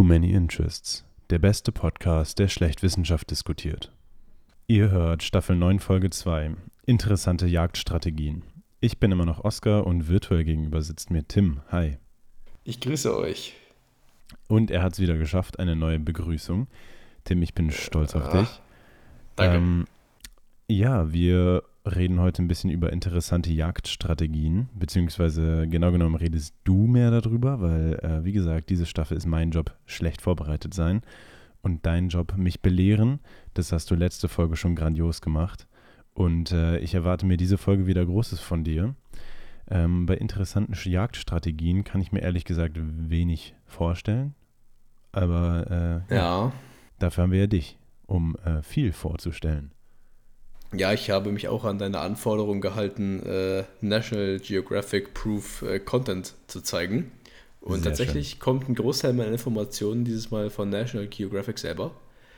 Many Interests, der beste Podcast, der schlecht Wissenschaft diskutiert. Ihr hört Staffel 9, Folge 2, interessante Jagdstrategien. Ich bin immer noch Oskar und virtuell gegenüber sitzt mir Tim. Hi. Ich grüße euch. Und er hat es wieder geschafft, eine neue Begrüßung. Tim, ich bin stolz auf dich. Danke. Ja, wir reden heute ein bisschen über interessante Jagdstrategien, beziehungsweise genau genommen redest du mehr darüber, weil, wie gesagt, diese Staffel ist mein Job, schlecht vorbereitet sein und dein Job, mich belehren. Das hast du letzte Folge schon grandios gemacht und ich erwarte mir diese Folge wieder Großes von dir. Bei interessanten Jagdstrategien kann ich mir ehrlich gesagt wenig vorstellen, aber Ja. dafür haben wir ja dich, um viel vorzustellen. Ja, ich habe mich auch an deine Anforderung gehalten, National Geographic Proof Content zu zeigen. Und Sehr tatsächlich kommt ein Großteil meiner Informationen dieses Mal von National Geographic selber.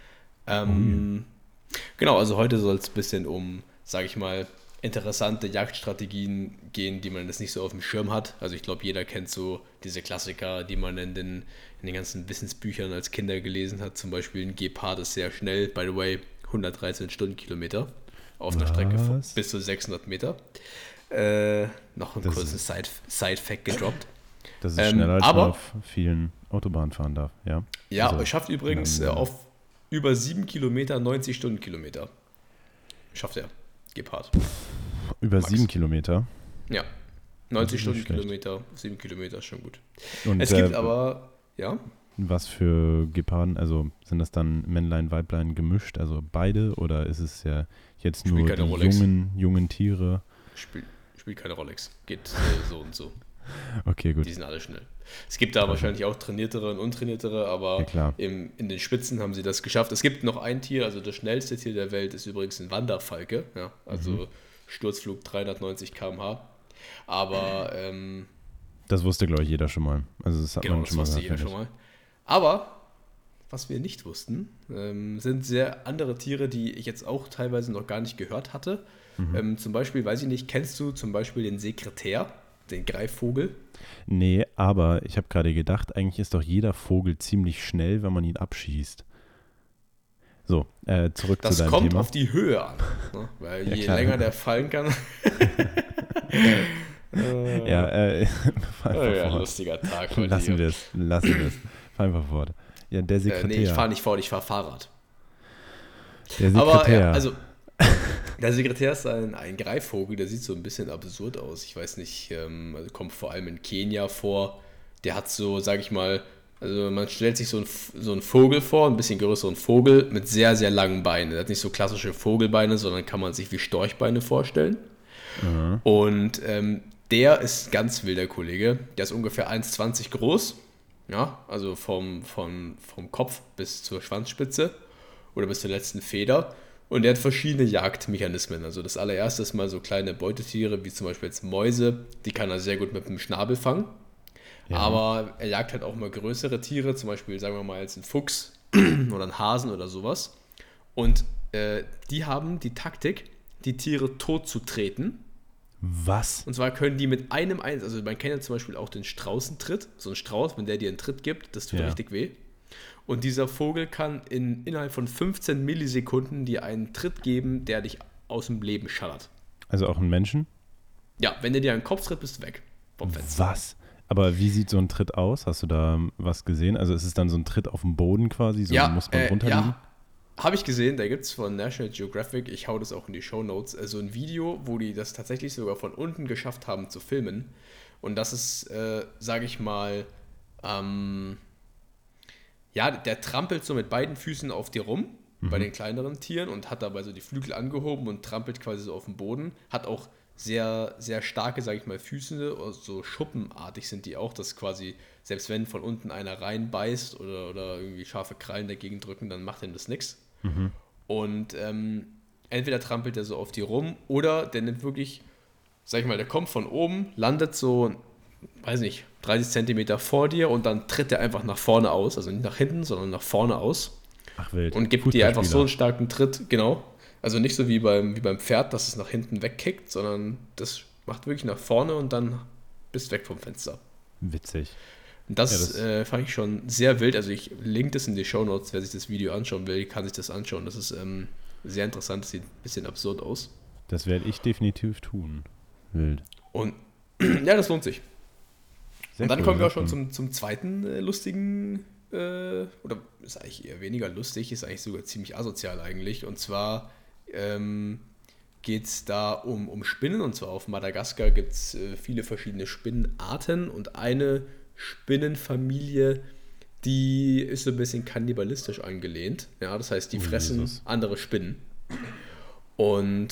Genau, also heute soll es ein bisschen um, sage ich mal, interessante Jagdstrategien gehen, die man jetzt nicht so auf dem Schirm hat. Also ich glaube, jeder kennt so diese Klassiker, die man in den ganzen Wissensbüchern als Kinder gelesen hat. Zum Beispiel ein Gepard ist sehr schnell, by the way, 113 Stundenkilometer auf einer Strecke von bis zu 600 Meter. Noch ein kurzes Side-Fact gedroppt. Das ist schneller, als man auf vielen Autobahnen fahren darf. Ja, ja, also, schafft übrigens auf über 7 Kilometer 90 Stundenkilometer. Schafft er, Gepard. Über Max. 7 Kilometer? Ja, 90 Stundenkilometer, 7 Kilometer ist schon gut. Und, es gibt aber, ja. Was für Geparden, also sind das dann Männlein, Weiblein gemischt, also beide, oder ist es ja jetzt nur die jungen Tiere? Spielt keine Rolex, geht so und so. Okay, gut. Die sind alle schnell. Es gibt da wahrscheinlich auch trainiertere und untrainiertere, aber ja, in den Spitzen haben sie das geschafft. Es gibt noch ein Tier, also das schnellste Tier der Welt ist übrigens ein Wanderfalke, ja, also Sturzflug 390 km/h. Aber das wusste, glaube ich, jeder schon mal. Also das hat man schon mal wusste jeder schon mal. Aber was wir nicht wussten, sind sehr andere Tiere, die ich jetzt auch teilweise noch gar nicht gehört hatte. Zum Beispiel, weiß ich nicht, kennst du zum Beispiel den Sekretär, den Greifvogel? Nee, aber ich habe gerade gedacht, eigentlich ist doch jeder Vogel ziemlich schnell, wenn man ihn abschießt. So, zurück zu deinem Thema. Das kommt auf die Höhe an, ne? Weil je länger der fallen kann. Lustiger Tag heute. Lassen wir es. Fahr einfach fort. Ja, der Sekretär. Nee, ich fahre nicht fort, ich fahre Fahrrad. Der Sekretär. Aber, also, der Sekretär ist ein Greifvogel, der sieht so ein bisschen absurd aus. Ich weiß nicht, also kommt vor allem in Kenia vor. Der hat so, sag ich mal, also man stellt sich so einen Vogel vor, ein bisschen größeren Vogel mit sehr, sehr langen Beinen. Der hat nicht so klassische Vogelbeine, sondern kann man sich wie Storchbeine vorstellen. Mhm. Und der ist ein ganz wilder Kollege. Der ist ungefähr 1,20 groß. Ja, also vom Kopf bis zur Schwanzspitze oder bis zur letzten Feder. Und er hat verschiedene Jagdmechanismen. Also das allererste ist mal so kleine Beutetiere, wie zum Beispiel jetzt Mäuse. Die kann er sehr gut mit dem Schnabel fangen. Ja. Aber er jagt halt auch mal größere Tiere, zum Beispiel, sagen wir mal, jetzt einen Fuchs oder einen Hasen oder sowas. Und die haben die Taktik, die Tiere tot zu treten. Was? Und zwar können die mit einem also man kennt ja zum Beispiel auch den Straußentritt. So ein Strauß, wenn der dir einen Tritt gibt, das tut richtig weh. Und dieser Vogel kann innerhalb von 15 Millisekunden dir einen Tritt geben, der dich aus dem Leben schallert. Also auch einen Menschen? Ja, wenn der dir einen Kopf tritt, bist du weg vom Fenster. Was? Aber wie sieht so ein Tritt aus? Hast du da was gesehen? Also ist es dann so ein Tritt auf dem Boden quasi? So muss man runterliegen? Ja, habe ich gesehen. Da gibt es von National Geographic, ich hau das auch in die Shownotes, so ein Video, wo die das tatsächlich sogar von unten geschafft haben zu filmen. Und das ist, sage ich mal, der trampelt so mit beiden Füßen auf dir rum, bei den kleineren Tieren und hat dabei so die Flügel angehoben und trampelt quasi so auf dem Boden. Hat auch sehr, sehr starke, sage ich mal, Füße, so schuppenartig sind die auch, dass quasi, selbst wenn von unten einer reinbeißt oder irgendwie scharfe Krallen dagegen drücken, dann macht ihm das nichts. Und entweder trampelt er so auf die rum oder der nimmt wirklich, sag ich mal, der kommt von oben, landet so, weiß nicht, 30 Zentimeter vor dir und dann tritt er einfach nach vorne aus, also nicht nach hinten, sondern nach vorne aus. Ach wild. Und gibt dir einfach so einen starken Tritt, genau. Also nicht so wie beim Pferd, dass es nach hinten wegkickt, sondern das macht wirklich nach vorne und dann bist weg vom Fenster. Witzig. Und Ja, das fand ich schon sehr wild. Also ich link das in die Shownotes, wer sich das Video anschauen will, kann sich das anschauen. Das ist sehr interessant, das sieht ein bisschen absurd aus. das werde ich definitiv tun. Wild. Und ja, das lohnt sich. Sehr Und dann cool, kommen wir auch sehr schon cool. zum zweiten lustigen, oder ist eigentlich eher weniger lustig, ist eigentlich sogar ziemlich asozial eigentlich. Und zwar geht es da um Spinnen. Und zwar auf Madagaskar gibt es viele verschiedene Spinnenarten und eine Spinnenfamilie, die ist so ein bisschen kannibalistisch angelehnt. Ja, das heißt, die Oh, fressen Jesus. andere Spinnen. Und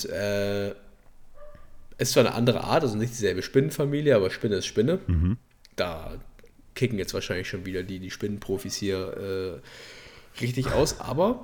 ist zwar eine andere Art, also nicht dieselbe Spinnenfamilie, aber Spinne ist Spinne. Mhm. Da kicken jetzt wahrscheinlich schon wieder die Spinnenprofis hier richtig aus, aber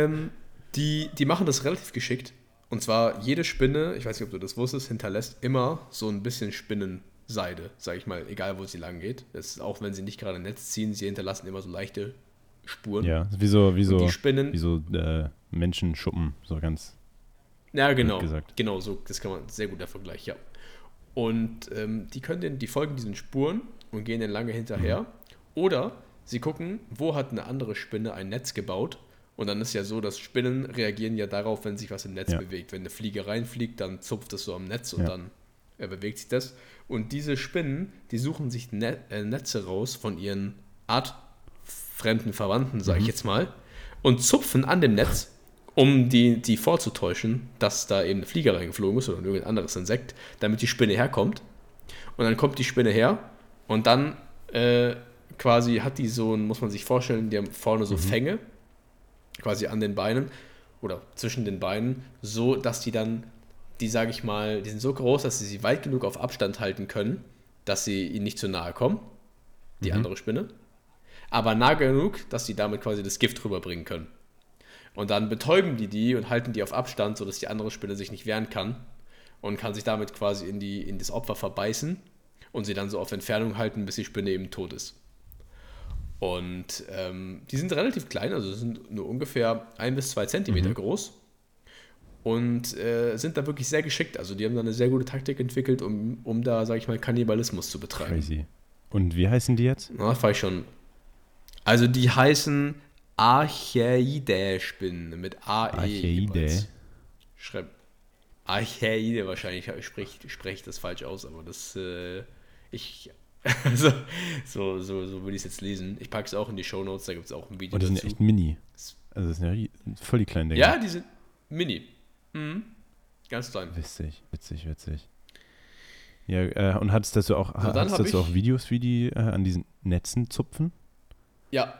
die machen das relativ geschickt. Und zwar jede Spinne, ich weiß nicht, ob du das wusstest, hinterlässt immer so ein bisschen Spinnenseide, sage ich mal, egal wo sie lang geht. Das ist, auch wenn sie nicht gerade ein Netz ziehen, sie hinterlassen immer so leichte Spuren. Ja, wie so, Und die Spinnen, Menschenschuppen, so ganz ja blöd genau, gesagt. genau so, das kann man, sehr guter Vergleich, ja. Und die folgen diesen Spuren und gehen dann lange hinterher. Oder sie gucken, wo hat eine andere Spinne ein Netz gebaut. Und dann ist ja so, dass Spinnen reagieren ja darauf, wenn sich was im Netz Ja. bewegt. Wenn eine Fliege reinfliegt, dann zupft es so am Netz und Ja. dann bewegt sich das. Und diese Spinnen, die suchen sich Netze raus von ihren artfremden Verwandten, sage ich jetzt mal, und zupfen an dem Netz, um die vorzutäuschen, dass da eben eine Fliege reingeflogen ist oder irgendein anderes Insekt, damit die Spinne herkommt. Und dann kommt die Spinne her und dann quasi hat die so, muss man sich vorstellen, die haben vorne so Fänge, quasi an den Beinen oder zwischen den Beinen, so dass die dann, die sage ich mal, die sind so groß, dass sie weit genug auf Abstand halten können, dass sie ihnen nicht zu nahe kommen, die andere Spinne, aber nah genug, dass sie damit quasi das Gift rüberbringen können. Und dann betäuben die und halten die auf Abstand, sodass die andere Spinne sich nicht wehren kann und kann sich damit quasi in das Opfer verbeißen und sie dann so auf Entfernung halten, bis die Spinne eben tot ist. Und die sind relativ klein, also sind nur ungefähr 1 bis 2 Zentimeter groß und sind da wirklich sehr geschickt. Also die haben da eine sehr gute Taktik entwickelt, um da, sage ich mal, Kannibalismus zu betreiben. Crazy. Und wie heißen die jetzt? Na, das war ich schon. Also die heißen Archaeidäe-Spinnen mit AE. Archaeidäe. Schreib Archaeide wahrscheinlich, spreche ich das falsch aus, aber das, also, so würde ich es jetzt lesen. Ich packe es auch in die Shownotes, da gibt es auch ein Video Und die sind dazu. echt mini. Also das sind ja voll die kleinen Dinger. Ja, die sind mini. Ganz klein. Witzig. Ja, und hattest du auch, dann hattest hab dazu ich- auch Videos, wie die an diesen Netzen zupfen? Ja.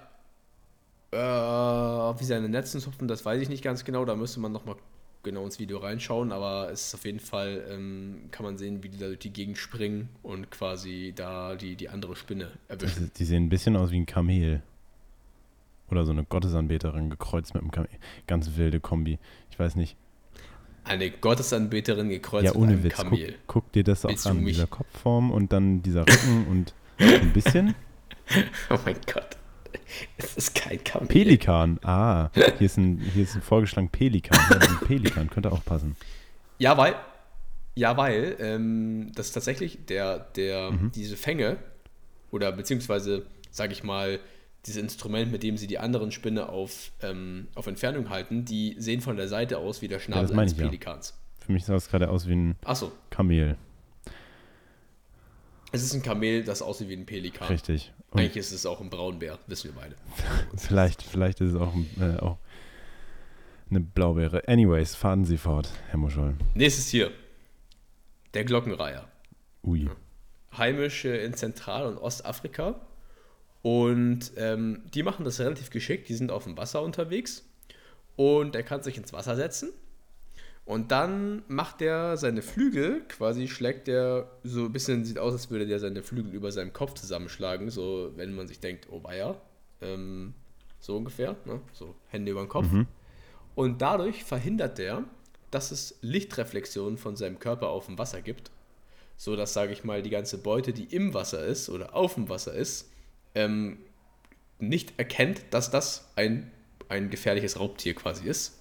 Wie seine Netzen zupfen, das weiß ich nicht ganz genau. Da müsste man nochmal genau ins Video reinschauen. Aber es ist auf jeden Fall, kann man sehen, wie die da durch die Gegend springen und quasi da die andere Spinne erwischen. Die sehen ein bisschen aus wie ein Kamel. Oder so eine Gottesanbeterin gekreuzt mit einem Kamel. Ganz wilde Kombi. Ich weiß nicht. Eine Gottesanbeterin gekreuzt Ja, mit ohne einem Witz. Kamel. Guck dir das auch Willst du an. mich- Dieser Kopfform und dann dieser Rücken und ein bisschen. Oh mein Gott. Es ist kein Kamel. Pelikan. Ah, hier ist ein vorgeschlagen Pelikan. Ja, ein Pelikan könnte auch passen. Ja, weil das ist tatsächlich diese Fänge oder beziehungsweise, sage ich mal, dieses Instrument, mit dem sie die anderen Spinne auf Entfernung halten, die sehen von der Seite aus wie der das Schnabel meine eines ich, ja. Pelikans. Für mich sah es gerade aus wie ein Achso, Kamel. es ist ein Kamel, das aussieht wie ein Pelikan. Richtig. Und Eigentlich ist es auch ein Braunbär, wissen wir beide. vielleicht ist es auch eine Blaubeere. Anyways, fahren Sie fort, Herr Muscholl. Nächstes hier. Der Glockenreiher. Ui. Heimisch in Zentral- und Ostafrika. Und die machen das relativ geschickt. Die sind auf dem Wasser unterwegs. Und er kann sich ins Wasser setzen. Und dann macht er seine Flügel, quasi schlägt er so ein bisschen, sieht aus, als würde der seine Flügel über seinem Kopf zusammenschlagen. So, wenn man sich denkt, oh weia. So ungefähr. Ne? So Hände über den Kopf. Und dadurch verhindert er, dass es Lichtreflexionen von seinem Körper auf dem Wasser gibt. So dass, sage ich mal, die ganze Beute, die im Wasser ist oder auf dem Wasser ist, nicht erkennt, dass das ein gefährliches Raubtier quasi ist.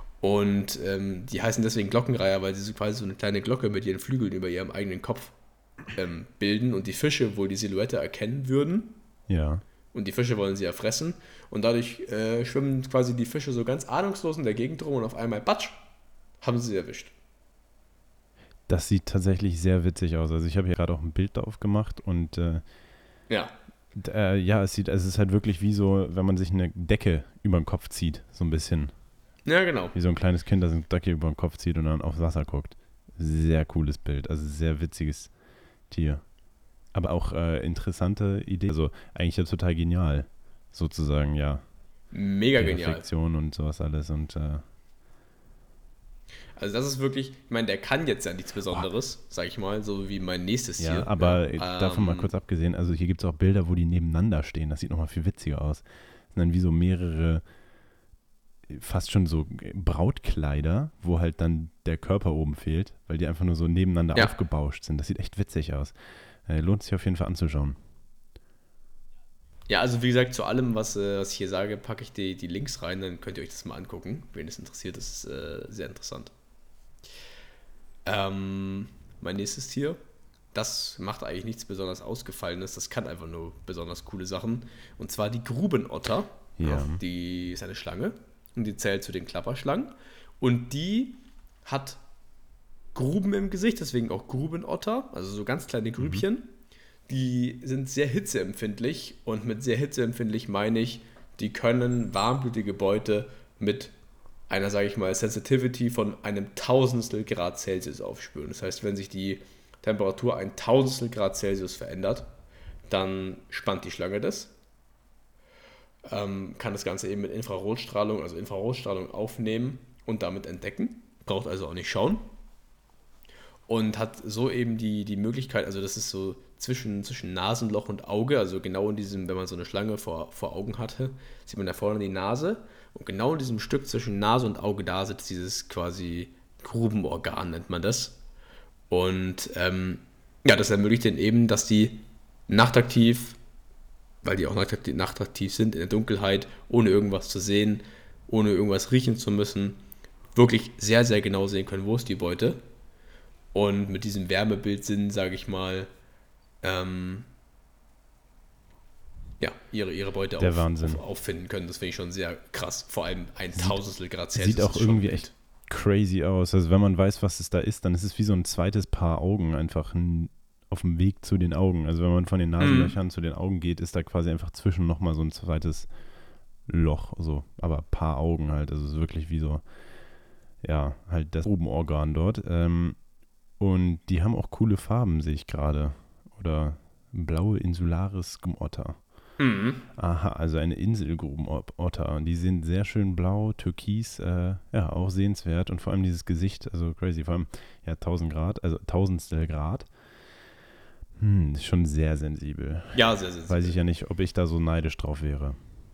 Und die heißen deswegen Glockenreiher, weil sie so quasi so eine kleine Glocke mit ihren Flügeln über ihrem eigenen Kopf bilden und die Fische wohl die Silhouette erkennen würden. Ja. Und die Fische wollen sie erfressen. Und dadurch schwimmen quasi die Fische so ganz ahnungslos in der Gegend rum und auf einmal, batsch, haben sie erwischt. Das sieht tatsächlich sehr witzig aus. Also ich habe hier gerade auch ein Bild drauf gemacht und Ja. es ist halt wirklich wie so, wenn man sich eine Decke über den Kopf zieht, so ein bisschen. Ja, genau. Wie so ein kleines Kind, das eine Decke über den Kopf zieht und dann aufs Wasser guckt. Sehr cooles Bild, also sehr witziges Tier. Aber auch interessante Idee. Also eigentlich ja total genial, sozusagen, ja. Mega Die genial. Reflexion und sowas alles und Also das ist wirklich, ich meine, der kann jetzt ja nichts Besonderes, sag ich mal, so wie mein nächstes ja, Tier. aber Ja, davon mal kurz abgesehen, also hier gibt es auch Bilder, wo die nebeneinander stehen. Das sieht nochmal viel witziger aus. Das sind dann wie so mehrere, fast schon so Brautkleider, wo halt dann der Körper oben fehlt, weil die einfach nur so nebeneinander Ja. aufgebauscht sind. Das sieht echt witzig aus. Lohnt sich auf jeden Fall anzuschauen. Ja, also wie gesagt, zu allem, was ich hier sage, packe ich die Links rein, dann könnt ihr euch das mal angucken. Wen es interessiert, das ist sehr interessant. Mein nächstes Tier, das macht eigentlich nichts besonders Ausgefallenes, das kann einfach nur besonders coole Sachen. Und zwar die Grubenotter. Ja. Die ist eine Schlange und die zählt zu den Klapperschlangen. Und die hat Gruben im Gesicht, deswegen auch Grubenotter, also so ganz kleine Grübchen. Die sind sehr hitzeempfindlich und mit sehr hitzeempfindlich meine ich, die können warmblütige Beute mit einer, sage ich mal, Sensitivity von einem Tausendstel Grad Celsius aufspüren. Das heißt, wenn sich die Temperatur ein Tausendstel Grad Celsius verändert, dann spannt die Schlange das. Kann das Ganze eben mit Infrarotstrahlung, also Infrarotstrahlung aufnehmen und damit entdecken. Braucht also auch nicht schauen. Und hat so eben die Möglichkeit, also das ist so zwischen Nasenloch und Auge, also genau in diesem, wenn man so eine Schlange vor Augen hatte, sieht man da vorne die Nase und genau in diesem Stück zwischen Nase und Auge, da sitzt dieses quasi Grubenorgan, nennt man das. Und das ermöglicht dann eben, dass die nachtaktiv, weil die auch nachtaktiv sind in der Dunkelheit, ohne irgendwas zu sehen, ohne irgendwas riechen zu müssen, wirklich sehr, sehr genau sehen können, wo ist die Beute. Und mit diesem Wärmebildsinn, sage ich mal, ihre Beute Der Wahnsinn. auffinden können. Das finde ich schon sehr krass. Vor allem ein Tausendstel Grad Celsius. Sieht auch ist schon irgendwie wild. echt crazy aus. Also wenn man weiß, was es da ist, dann ist es wie so ein zweites Paar Augen einfach auf dem Weg zu den Augen. Also wenn man von den Nasenlöchern zu den Augen geht, ist da quasi einfach zwischen nochmal so ein zweites Loch. So, aber Paar Augen halt. Also es ist wirklich wie so, ja, halt das Grubenorgan dort. Und die haben auch coole Farben, sehe ich gerade. Oder blaue Insularis Grubenotter. Aha, also eine Inselgrubenotter. Und die sind sehr schön blau, türkis, auch sehenswert. Und vor allem dieses Gesicht, also crazy. Vor allem, ja, 1000 Grad, also Tausendstel Grad. Ist schon sehr sensibel. Ja, sehr sensibel. Weiß ich ja nicht, ob ich da so neidisch drauf wäre.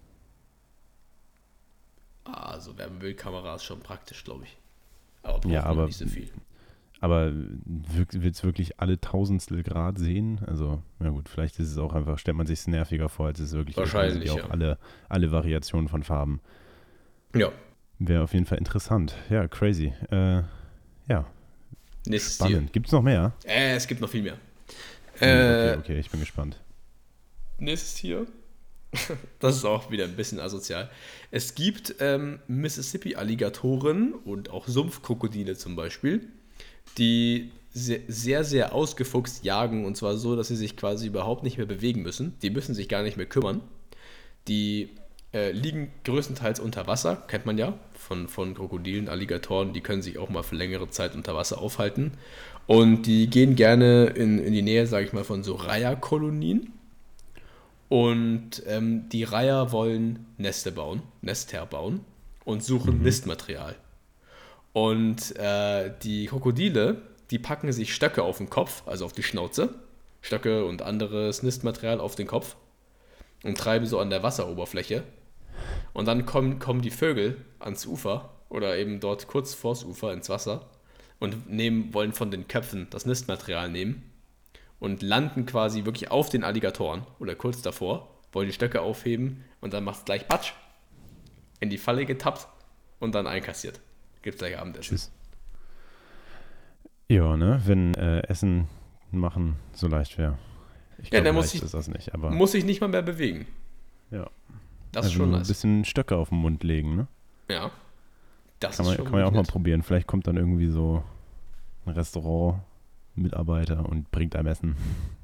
Also Wärmebildkamera ist schon praktisch, glaube ich. Aber braucht Ja, man aber nicht so viel. Aber willst du wirklich alle Tausendstel Grad sehen? Also, na gut, vielleicht ist es auch einfach, stellt man sich es nerviger vor, als es wirklich ist. Wahrscheinlich, Also auch alle Variationen von Farben. Ja. Wäre auf jeden Fall interessant. Ja, crazy. Ja, Nächstes spannend. Gibt es noch mehr? Tier. Es gibt noch viel mehr. Okay, ich bin gespannt. Nächstes Tier. Das ist auch wieder ein bisschen asozial. Es gibt Mississippi-Alligatoren und auch Sumpfkrokodile zum Beispiel, die sehr, sehr ausgefuchst jagen und zwar so, dass sie sich quasi überhaupt nicht mehr bewegen müssen. Die müssen sich gar nicht mehr kümmern. Die liegen größtenteils unter Wasser, kennt man ja von Krokodilen, Alligatoren, die können sich auch mal für längere Zeit unter Wasser aufhalten. Und die gehen gerne in die Nähe, sage ich mal, von so Reiherkolonien. Und die Reiher wollen Nester bauen und suchen Nistmaterial. Und die Krokodile, die packen sich Stöcke auf den Kopf, also auf die Schnauze, Stöcke und anderes Nistmaterial auf den Kopf und treiben so an der Wasseroberfläche. Und dann kommen die Vögel ans Ufer oder eben dort kurz vors Ufer ins Wasser und wollen von den Köpfen das Nistmaterial nehmen und landen quasi wirklich auf den Alligatoren oder kurz davor, wollen die Stöcke aufheben und dann macht es gleich Patsch, in die Falle getappt und dann einkassiert. Gibt es gleich Abendessen. Tschüss. Ja, ne, wenn Essen machen so leicht wäre. Ich Ja, glaube, der leicht ist das nicht, aber muss sich nicht mal mehr bewegen. ja. Das ist Also schon nur ein nice. bisschen Stöcke auf den Mund legen, ne? Ja, das Kann ist man, schon kann man ja auch wirklich mal nett. probieren. Vielleicht kommt dann irgendwie so ein Restaurant-Mitarbeiter und bringt einem Essen.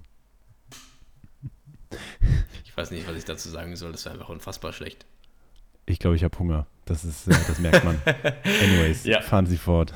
Ich weiß nicht, was ich dazu sagen soll. Das wäre einfach unfassbar schlecht. Ich glaube, ich habe Hunger. Das merkt man. Anyways, Ja. fahren Sie fort.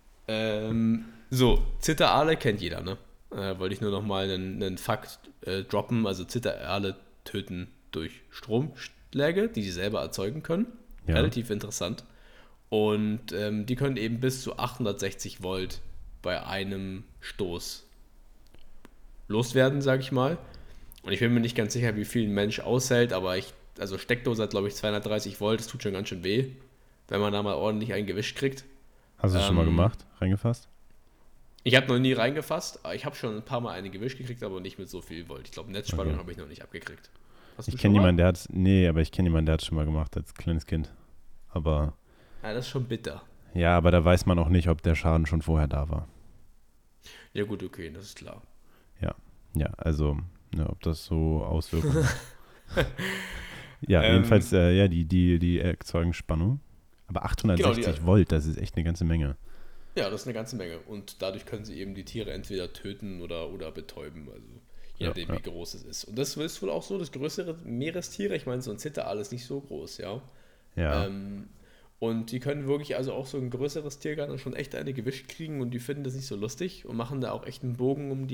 So, Zitterale kennt jeder, ne? Wollte ich nur noch mal einen Fakt droppen. Also Zitterale töten durch Stromschläge, die sie selber erzeugen können. Ja. Relativ interessant. Und die können eben bis zu 860 Volt bei einem Stoß loswerden, sag ich mal. Und ich bin mir nicht ganz sicher, wie viel ein Mensch aushält, aber also Steckdose hat, glaube ich, 230 Volt. Das tut schon ganz schön weh, wenn man da mal ordentlich einen gewischt kriegt. Hast du es schon mal gemacht? Reingefasst? Ich habe noch nie reingefasst. Ich habe schon ein paar Mal eine gewischt gekriegt, aber nicht mit so viel Volt. Ich glaube, Netzspannung Okay. habe ich noch nicht abgekriegt. Hast Ich du kenne schon mal? jemanden, aber ich kenne jemanden, der hat es schon mal gemacht als kleines Kind. Aber Ja, das ist schon bitter. ja, aber da weiß man auch nicht, ob der Schaden schon vorher da war. Ja gut, okay, das ist klar. Ja, also, ne, ob das so Auswirkungen hat. Ja, jedenfalls, ja, die erzeugen Spannung. Aber 860 Genau, Volt, das ist echt eine ganze Menge. Ja, das ist eine ganze Menge. Und dadurch können sie eben die Tiere entweder töten oder betäuben. Also je Ja, nachdem, ja. wie groß es ist. Und das ist wohl auch so, das größere Meerestiere. Ich meine, so ein Zitteraal ist nicht so groß, ja. Ja, Und die können wirklich, also auch so ein größeres Tier kann dann schon echt eine gewischt kriegen und die finden das nicht so lustig und machen da auch echt einen Bogen um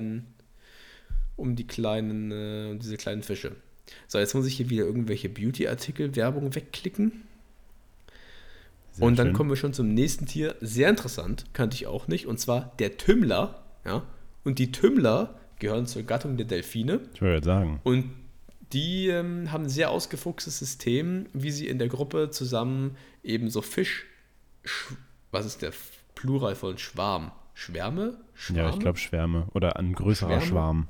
diese kleinen Fische. So, jetzt muss ich hier wieder irgendwelche Beauty-Artikel-Werbung wegklicken. sehr Und dann schön. kommen wir schon zum nächsten Tier. Sehr interessant, kannte ich auch nicht. Und zwar der Tümmler. Ja? Und die Tümmler gehören zur Gattung der Delfine. Ich wollte gerade sagen. Und die haben ein sehr ausgefuchstes System, wie sie in der Gruppe zusammen eben so was ist der Plural von Schwarm? Schwärme? Ja, ich glaube Schwärme. Oder ein größerer Schwärme? Schwarm.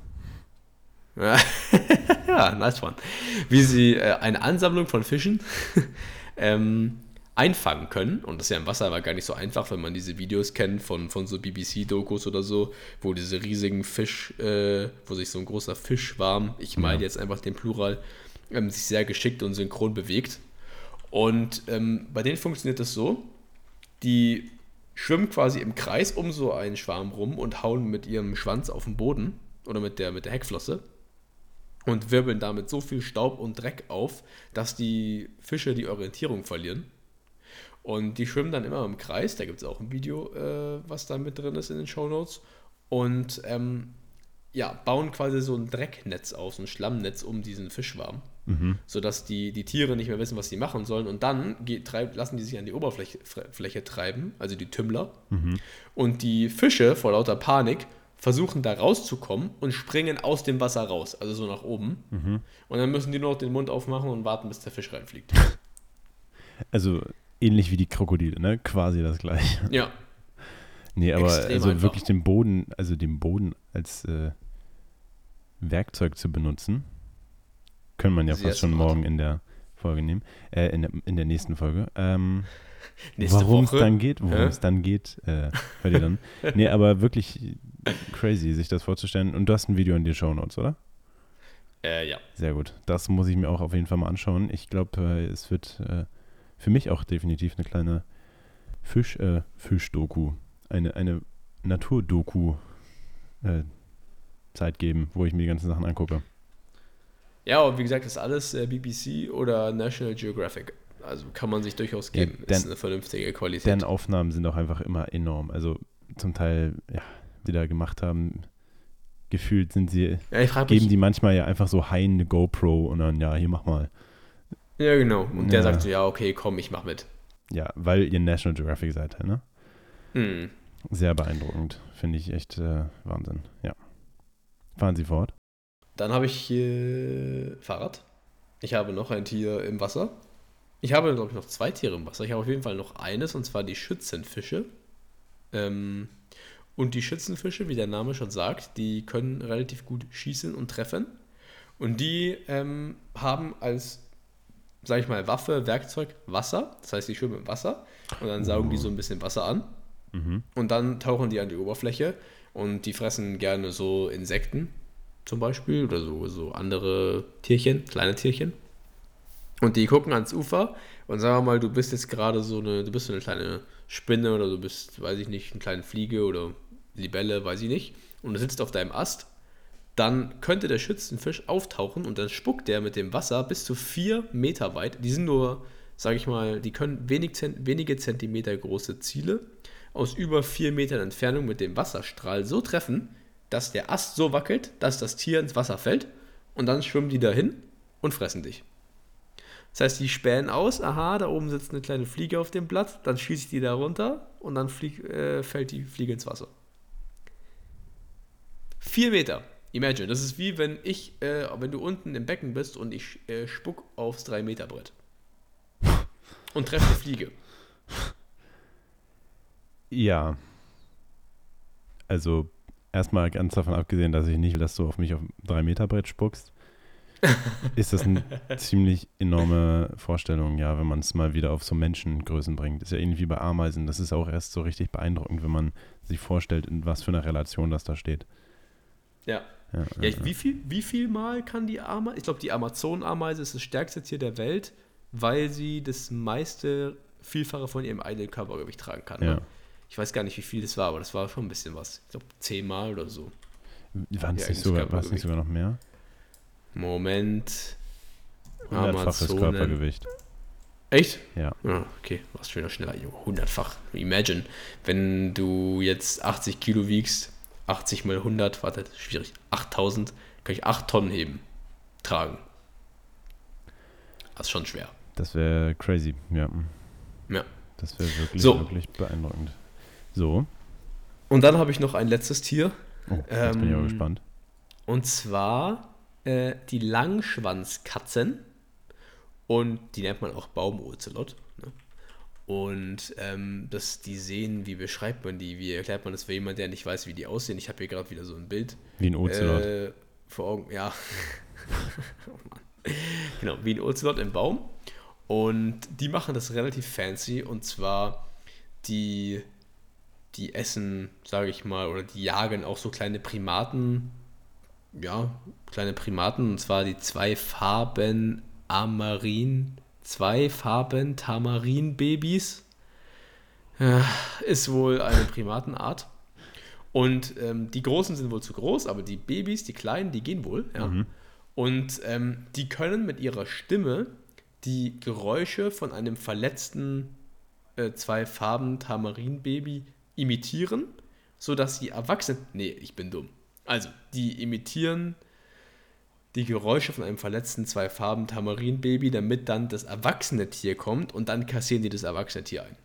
Ja, nice one. Wie sie eine Ansammlung von Fischen einfangen können. Und das ist ja im Wasser aber gar nicht so einfach, wenn man diese Videos kennt von so BBC-Dokus oder so, wo diese riesigen wo sich so ein großer Fischschwarm, ich meine jetzt einfach den Plural, sich sehr geschickt und synchron bewegt. Und bei denen funktioniert das so, die schwimmen quasi im Kreis um so einen Schwarm rum und hauen mit ihrem Schwanz auf den Boden oder mit der Heckflosse und wirbeln damit so viel Staub und Dreck auf, dass die Fische die Orientierung verlieren. Und die schwimmen dann immer im Kreis. Da gibt es auch ein Video, was da mit drin ist in den Shownotes. Und bauen quasi so ein Drecknetz aus, ein Schlammnetz um diesen Fischschwarm. Sodass die Tiere nicht mehr wissen, was sie machen sollen. Und dann lassen die sich an die Oberfläche treiben, also die Tümmler. Und die Fische, vor lauter Panik, versuchen da rauszukommen und springen aus dem Wasser raus, also so nach oben. Und dann müssen die nur noch den Mund aufmachen und warten, bis der Fisch reinfliegt. Also ähnlich wie die Krokodile, ne? Quasi das gleiche. Ja, Nee, aber Extrem also einfach. wirklich den Boden als Werkzeug zu benutzen, können man ja Sehr fast schon smart. morgen in der Folge nehmen. In der nächsten Folge. Nächste Worum es Woche. dann geht, hört ihr dann. Nee, aber wirklich crazy, sich das vorzustellen. Und du hast ein Video in den Shownotes, oder? Ja. Sehr gut. Das muss ich mir auch auf jeden Fall mal anschauen. Ich glaube, es wird für mich auch definitiv eine kleine Fischdoku, eine Naturdoku Zeit geben, wo ich mir die ganzen Sachen angucke. Ja, und wie gesagt, das ist alles BBC oder National Geographic. Also kann man sich durchaus geben. Ja, ist eine vernünftige Qualität. Deren Aufnahmen sind auch einfach immer enorm. Also zum Teil, ja, die da gemacht haben, gefühlt sind sie, Ja, ich frage geben mich. die manchmal ja einfach so Hein eine GoPro und dann, ja, hier mach mal. Ja, genau. Und der Ja. sagt so, ja, okay, komm, ich mach mit. Ja, weil ihr National Geographic seid, ne? Hm. Sehr beeindruckend. Finde ich echt Wahnsinn. Ja. Fahren Sie fort. Dann habe ich hier Fahrrad. Ich habe noch ein Tier im Wasser. Ich habe, glaube ich, noch 2 Tiere im Wasser. Ich habe auf jeden Fall noch eines, und zwar die Schützenfische. Und die Schützenfische, wie der Name schon sagt, die können relativ gut schießen und treffen. Und die haben als, sag ich mal, Waffe, Werkzeug Wasser. Das heißt, die schwimmen im Wasser und dann saugen die so ein bisschen Wasser an. Und dann tauchen die an die Oberfläche und die fressen gerne so Insekten zum Beispiel oder so andere Tierchen, kleine Tierchen. Und die gucken ans Ufer und sagen wir mal, du bist jetzt gerade du bist so eine kleine Spinne oder du bist, weiß ich nicht, eine kleine Fliege oder Libelle, weiß ich nicht, und du sitzt auf deinem Ast, dann könnte der Schützenfisch auftauchen und dann spuckt der mit dem Wasser bis zu 4 Meter weit. Die sind nur, sage ich mal, die können wenige Zentimeter große Ziele aus über 4 Metern Entfernung mit dem Wasserstrahl so treffen, dass der Ast so wackelt, dass das Tier ins Wasser fällt und dann schwimmen die dahin und fressen dich. Das heißt, die spähen aus, aha, da oben sitzt eine kleine Fliege auf dem Blatt, dann schieße ich die da runter und dann fällt die Fliege ins Wasser. 4 Meter. Imagine, das ist wie wenn du unten im Becken bist und ich spuck aufs 3-Meter-Brett. Und treffe eine Fliege. Ja. Also, erstmal ganz davon abgesehen, dass ich nicht will, dass du auf mich auf ein 3-Meter-Brett spuckst, ist das eine ziemlich enorme Vorstellung, ja, wenn man es mal wieder auf so Menschengrößen bringt. Ist ja ähnlich wie bei Ameisen. Das ist auch erst so richtig beeindruckend, wenn man sich vorstellt, in was für einer Relation das da steht. Ja. Wie viel Mal kann die Ameise? Ich glaube, die Amazonenameise ist das stärkste Tier der Welt, weil sie das Vielfache von ihrem eigenen Körpergewicht tragen kann. Ja. Ne? Ich weiß gar nicht, wie viel das war, aber das war schon ein bisschen was. Ich glaube, 10 Mal oder so. War es nicht sogar noch mehr? Moment. 100-faches Körpergewicht. Echt? Ja. Okay, warst schon wieder schneller. 100-fach. Imagine, wenn du jetzt 80 Kilo wiegst, 80 mal 100, warte, schwierig, 8000, kann ich 8 Tonnen heben, tragen. Das ist schon schwer. Das wäre crazy, ja. Ja. Das wäre wirklich beeindruckend. So. Und dann habe ich noch ein letztes Tier. Oh, jetzt bin ich auch gespannt. Und zwar die Langschwanzkatzen. Und die nennt man auch Baumozelot. Ne? Und die sehen, wie beschreibt man die? Wie erklärt man das für jemanden, der nicht weiß, wie die aussehen? Ich habe hier gerade wieder so ein Bild. Wie ein Ozelot. Vor Augen, ja. Oh Mann. Genau, wie ein Ozelot im Baum. Und die machen das relativ fancy. Und zwar, die essen, sage ich mal, oder die jagen auch so kleine Primaten. Ja, kleine Primaten. Und zwar die 2-Farben Tamarin-Babys. Ist wohl eine Primatenart. Und die Großen sind wohl zu groß, aber die Babys, die Kleinen, die gehen wohl. Ja. Mhm. Und die können mit ihrer Stimme die Geräusche von einem verletzten 2-Farben-Tamarin-Baby imitieren, sodass die Erwachsenen... Nee, ich bin dumm. Also, die imitieren die Geräusche von einem verletzten 2-Farben-Tamarin-Baby, damit dann das erwachsene Tier kommt und dann kassieren die das erwachsene Tier ein.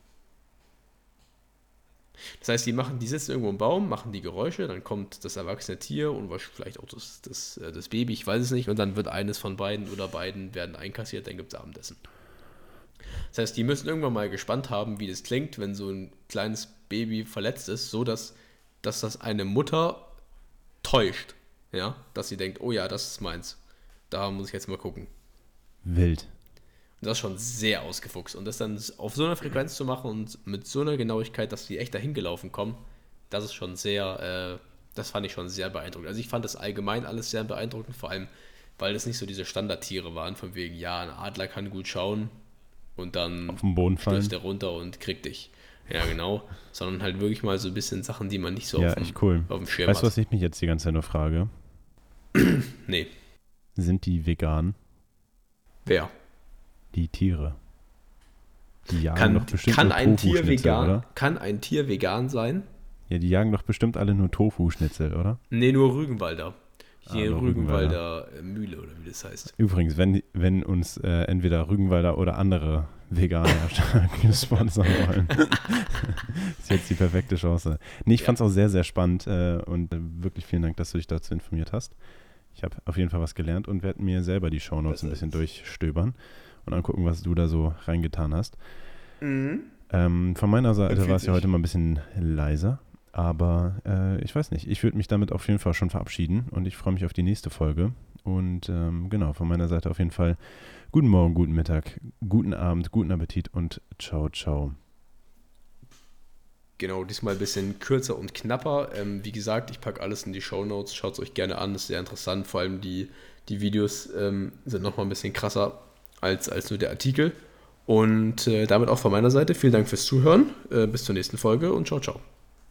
Das heißt, die sitzen irgendwo im Baum, machen die Geräusche, dann kommt das erwachsene Tier und vielleicht auch das Baby, ich weiß es nicht, und dann wird eines von beiden oder beiden werden einkassiert, dann gibt es Abendessen. Das heißt, die müssen irgendwann mal gespannt haben, wie das klingt, wenn so ein kleines Baby verletzt ist, so dass das eine Mutter täuscht, ja, dass sie denkt, oh ja, das ist meins, da muss ich jetzt mal gucken. Wild. Und das ist schon sehr ausgefuchst. Und das dann auf so einer Frequenz zu machen und mit so einer Genauigkeit, dass die echt dahin gelaufen kommen, das ist schon das fand ich schon sehr beeindruckend. Also ich fand das allgemein alles sehr beeindruckend, vor allem, weil das nicht so diese Standardtiere waren, von wegen, ja, ein Adler kann gut schauen und dann auf den Boden fallen, stößt der runter und kriegt dich. Ja, genau. Sondern halt wirklich mal so ein bisschen Sachen, die man nicht so auf dem Schirm hat. Weißt du, was ich mich jetzt die ganze Zeit nur frage? Nee. Sind die vegan? Wer? Die Tiere. Die jagen doch bestimmt nur Tofu-Schnitzel, oder? Kann ein Tier vegan sein? Ja, die jagen doch bestimmt alle nur Tofu-Schnitzel, oder? Nee, nur Rügenwalder. Hier Rügenwalder Mühle oder wie das heißt. Übrigens, wenn uns entweder Rügenwalder oder andere Veganer sponsern wollen, ist jetzt die perfekte Chance. Nee, ich fand es auch sehr, sehr spannend und wirklich vielen Dank, dass du dich dazu informiert hast. Ich habe auf jeden Fall was gelernt und werde mir selber die Shownotes ein bisschen durchstöbern und angucken, was du da so reingetan hast. Mhm. Von meiner Seite war es ja heute mal ein bisschen leiser. Aber ich weiß nicht, ich würde mich damit auf jeden Fall schon verabschieden und ich freue mich auf die nächste Folge. Und genau, von meiner Seite auf jeden Fall guten Morgen, guten Mittag, guten Abend, guten Appetit und ciao, ciao. Genau, diesmal ein bisschen kürzer und knapper. Wie gesagt, ich packe alles in die Shownotes. Schaut es euch gerne an, das ist sehr interessant. Vor allem die Videos sind nochmal ein bisschen krasser als nur der Artikel. Und damit auch von meiner Seite vielen Dank fürs Zuhören. Bis zur nächsten Folge und ciao, ciao.